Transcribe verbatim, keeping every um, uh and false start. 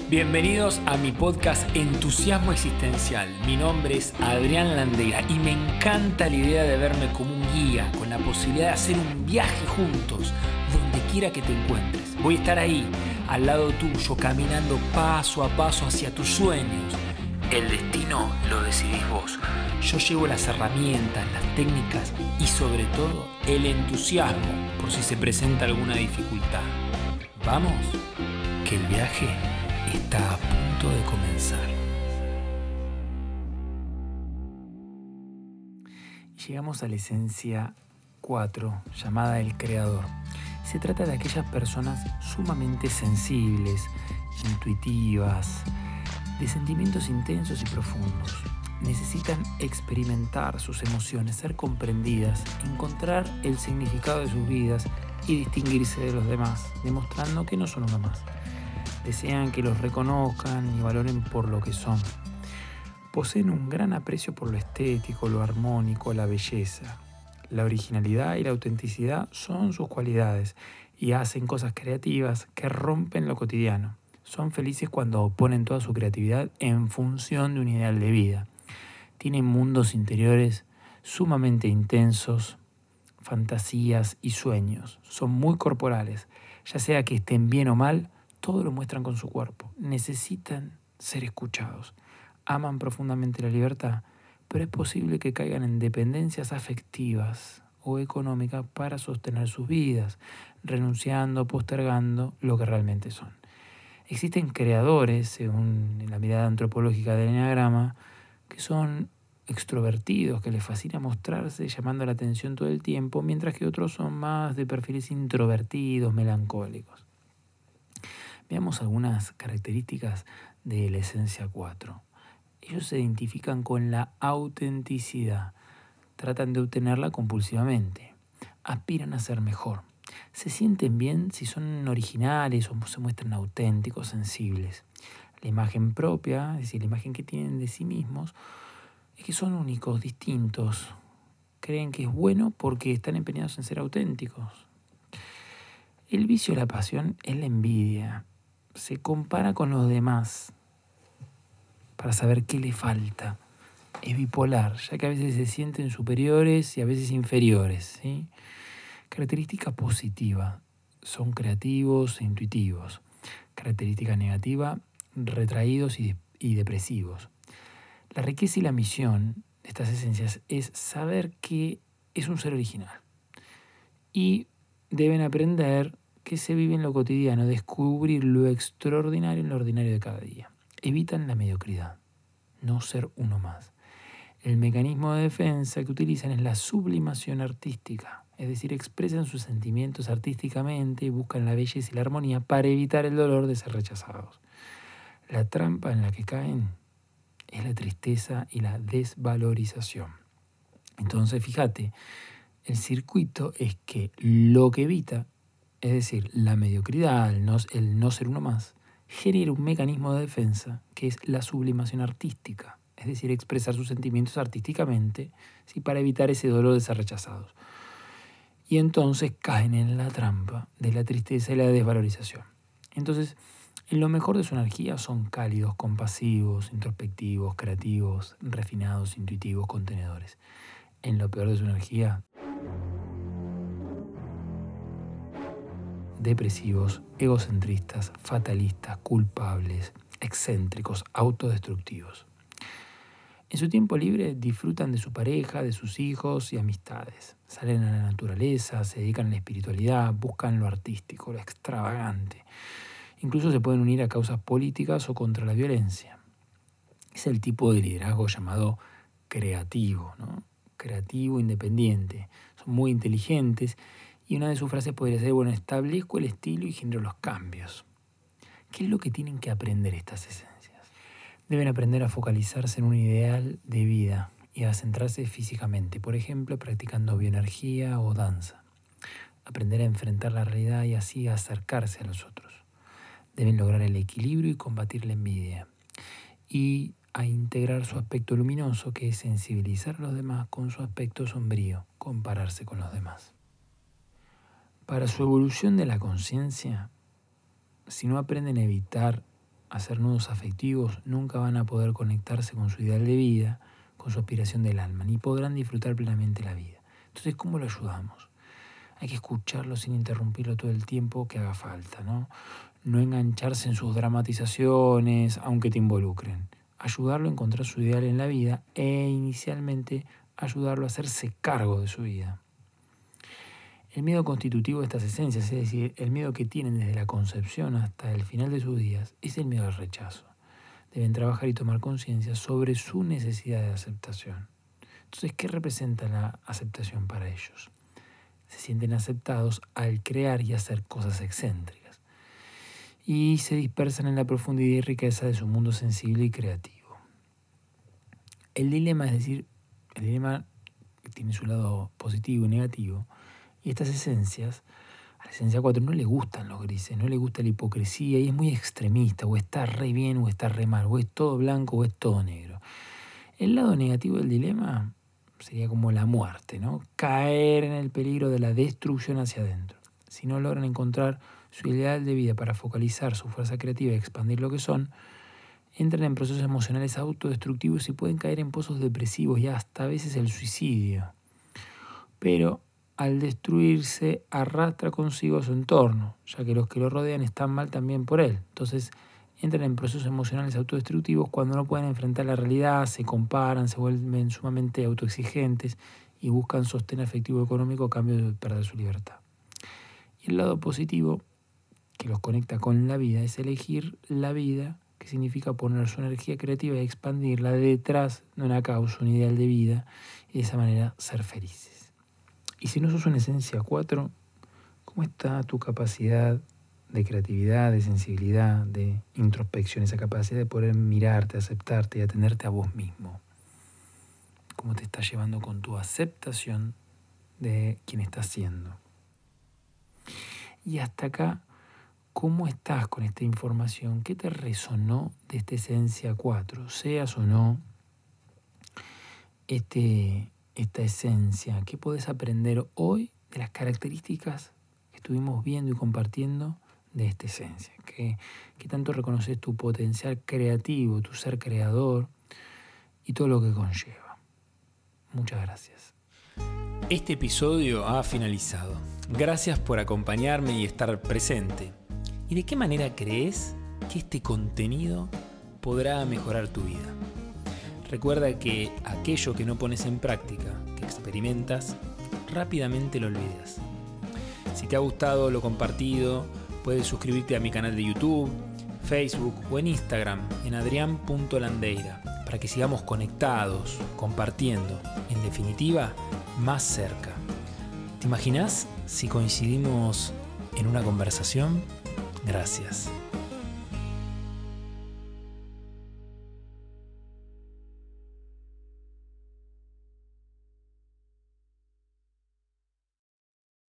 Bienvenidos a mi podcast Entusiasmo Existencial. Mi nombre es Adrián Landera y me encanta la idea de verme como un guía, con la posibilidad de hacer un viaje juntos, donde quiera que te encuentres. Voy a estar ahí, al lado tuyo, caminando paso a paso hacia tus sueños. El destino lo decidís vos. Yo llevo las herramientas, las técnicas y sobre todo el entusiasmo por si se presenta alguna dificultad. Vamos, que el viaje está a punto de comenzar. Llegamos a la esencia cuatro, llamada el creador. Se trata de aquellas personas sumamente sensibles, intuitivas, de sentimientos intensos y profundos. Necesitan experimentar sus emociones, ser comprendidas, encontrar el significado de sus vidas y distinguirse de los demás, demostrando que no son uno más. Desean que los reconozcan y valoren por lo que son. Poseen un gran aprecio por lo estético, lo armónico, la belleza. La originalidad y la autenticidad son sus cualidades y hacen cosas creativas que rompen lo cotidiano. Son felices cuando ponen toda su creatividad en función de un ideal de vida. Tienen mundos interiores sumamente intensos, fantasías y sueños. Son muy corporales, ya sea que estén bien o mal. Todo lo muestran con su cuerpo. Necesitan ser escuchados. Aman profundamente la libertad, pero es posible que caigan en dependencias afectivas o económicas para sostener sus vidas, renunciando, postergando lo que realmente son. Existen creadores, según la mirada antropológica del Enneagrama, que son extrovertidos, que les fascina mostrarse, llamando la atención todo el tiempo, mientras que otros son más de perfiles introvertidos, melancólicos. Veamos algunas características de la esencia cuatro. Ellos se identifican con la autenticidad, tratan de obtenerla compulsivamente, aspiran a ser mejor, se sienten bien si son originales o se muestran auténticos, sensibles. La imagen propia, es decir, la imagen que tienen de sí mismos, es que son únicos, distintos, creen que es bueno porque están empeñados en ser auténticos. El vicio de la pasión es la envidia. Se compara con los demás para saber qué le falta. Es bipolar, ya que a veces se sienten superiores y a veces inferiores, ¿sí? Característica positiva, son creativos e intuitivos. Característica negativa, retraídos y, de- y depresivos. La riqueza y la misión de estas esencias es saber que es un ser original. Y deben aprender que se vive en lo cotidiano, descubrir lo extraordinario en lo ordinario de cada día. Evitan la mediocridad, no ser uno más. El mecanismo de defensa que utilizan es la sublimación artística, es decir, expresan sus sentimientos artísticamente y buscan la belleza y la armonía para evitar el dolor de ser rechazados. La trampa en la que caen es la tristeza y la desvalorización. Entonces, fíjate, el circuito es que lo que evita, es decir, la mediocridad, el no, el no ser uno más, genera un mecanismo de defensa que es la sublimación artística, es decir, expresar sus sentimientos artísticamente, ¿sí?, para evitar ese dolor de ser rechazados. Y entonces caen en la trampa de la tristeza y la desvalorización. Entonces, en lo mejor de su energía son cálidos, compasivos, introspectivos, creativos, refinados, intuitivos, contenedores. En lo peor de su energía, depresivos, egocentristas, fatalistas, culpables, excéntricos, autodestructivos. En su tiempo libre disfrutan de su pareja, de sus hijos y amistades. Salen a la naturaleza, se dedican a la espiritualidad, buscan lo artístico, lo extravagante. Incluso se pueden unir a causas políticas o contra la violencia. Es el tipo de liderazgo llamado creativo, ¿no? Creativo, independiente. Son muy inteligentes. Y una de sus frases podría ser, bueno, establezco el estilo y genero los cambios. ¿Qué es lo que tienen que aprender estas esencias? Deben aprender a focalizarse en un ideal de vida y a centrarse físicamente, por ejemplo, practicando bioenergía o danza. Aprender a enfrentar la realidad y así acercarse a los otros. Deben lograr el equilibrio y combatir la envidia. Y a integrar su aspecto luminoso, que es sensibilizar a los demás, con su aspecto sombrío, compararse con los demás. Para su evolución de la conciencia, si no aprenden a evitar hacer nudos afectivos, nunca van a poder conectarse con su ideal de vida, con su aspiración del alma, ni podrán disfrutar plenamente la vida. Entonces, ¿cómo lo ayudamos? Hay que escucharlo sin interrumpirlo todo el tiempo que haga falta, ¿no? No engancharse en sus dramatizaciones, aunque te involucren. Ayudarlo a encontrar su ideal en la vida e inicialmente ayudarlo a hacerse cargo de su vida. El miedo constitutivo de estas esencias, es decir, el miedo que tienen desde la concepción hasta el final de sus días, es el miedo al rechazo. Deben trabajar y tomar conciencia sobre su necesidad de aceptación. Entonces, ¿qué representa la aceptación para ellos? Se sienten aceptados al crear y hacer cosas excéntricas y se dispersan en la profundidad y riqueza de su mundo sensible y creativo. El dilema, es decir, el dilema tiene su lado positivo y negativo, y estas esencias, a la esencia cuatro no le gustan los grises, no le gusta la hipocresía y es muy extremista, o está re bien o está re mal, o es todo blanco o es todo negro. El lado negativo del dilema sería como la muerte, ¿no? Caer en el peligro de la destrucción hacia adentro. Si no logran encontrar su ideal de vida para focalizar su fuerza creativa y expandir lo que son, entran en procesos emocionales autodestructivos y pueden caer en pozos depresivos y hasta a veces el suicidio. Pero al destruirse arrastra consigo a su entorno, ya que los que lo rodean están mal también por él. Entonces entran en procesos emocionales autodestructivos cuando no pueden enfrentar la realidad, se comparan, se vuelven sumamente autoexigentes y buscan sostén afectivo económico a cambio de perder su libertad. Y el lado positivo, que los conecta con la vida, es elegir la vida, que significa poner su energía creativa y expandirla detrás de una causa, un ideal de vida, y de esa manera ser felices. Y si no sos una esencia cuatro, ¿cómo está tu capacidad de creatividad, de sensibilidad, de introspección, esa capacidad de poder mirarte, aceptarte y atenderte a vos mismo? ¿Cómo te estás llevando con tu aceptación de quién estás siendo? Y hasta acá, ¿cómo estás con esta información? ¿Qué te resonó de esta esencia cuatro? Seas o no este... esta esencia, ¿qué podés aprender hoy de las características que estuvimos viendo y compartiendo de esta esencia? ¿Qué, qué tanto reconoces tu potencial creativo, tu ser creador y todo lo que conlleva? Muchas gracias. Este episodio ha finalizado. Gracias por acompañarme y estar presente. ¿Y de qué manera crees que este contenido podrá mejorar tu vida? Recuerda que aquello que no pones en práctica, que experimentas, rápidamente lo olvidas. Si te ha gustado lo compartido, puedes suscribirte a mi canal de YouTube, Facebook o en Instagram en adrián punto landeira para que sigamos conectados, compartiendo, en definitiva, más cerca. ¿Te imaginas si coincidimos en una conversación? Gracias.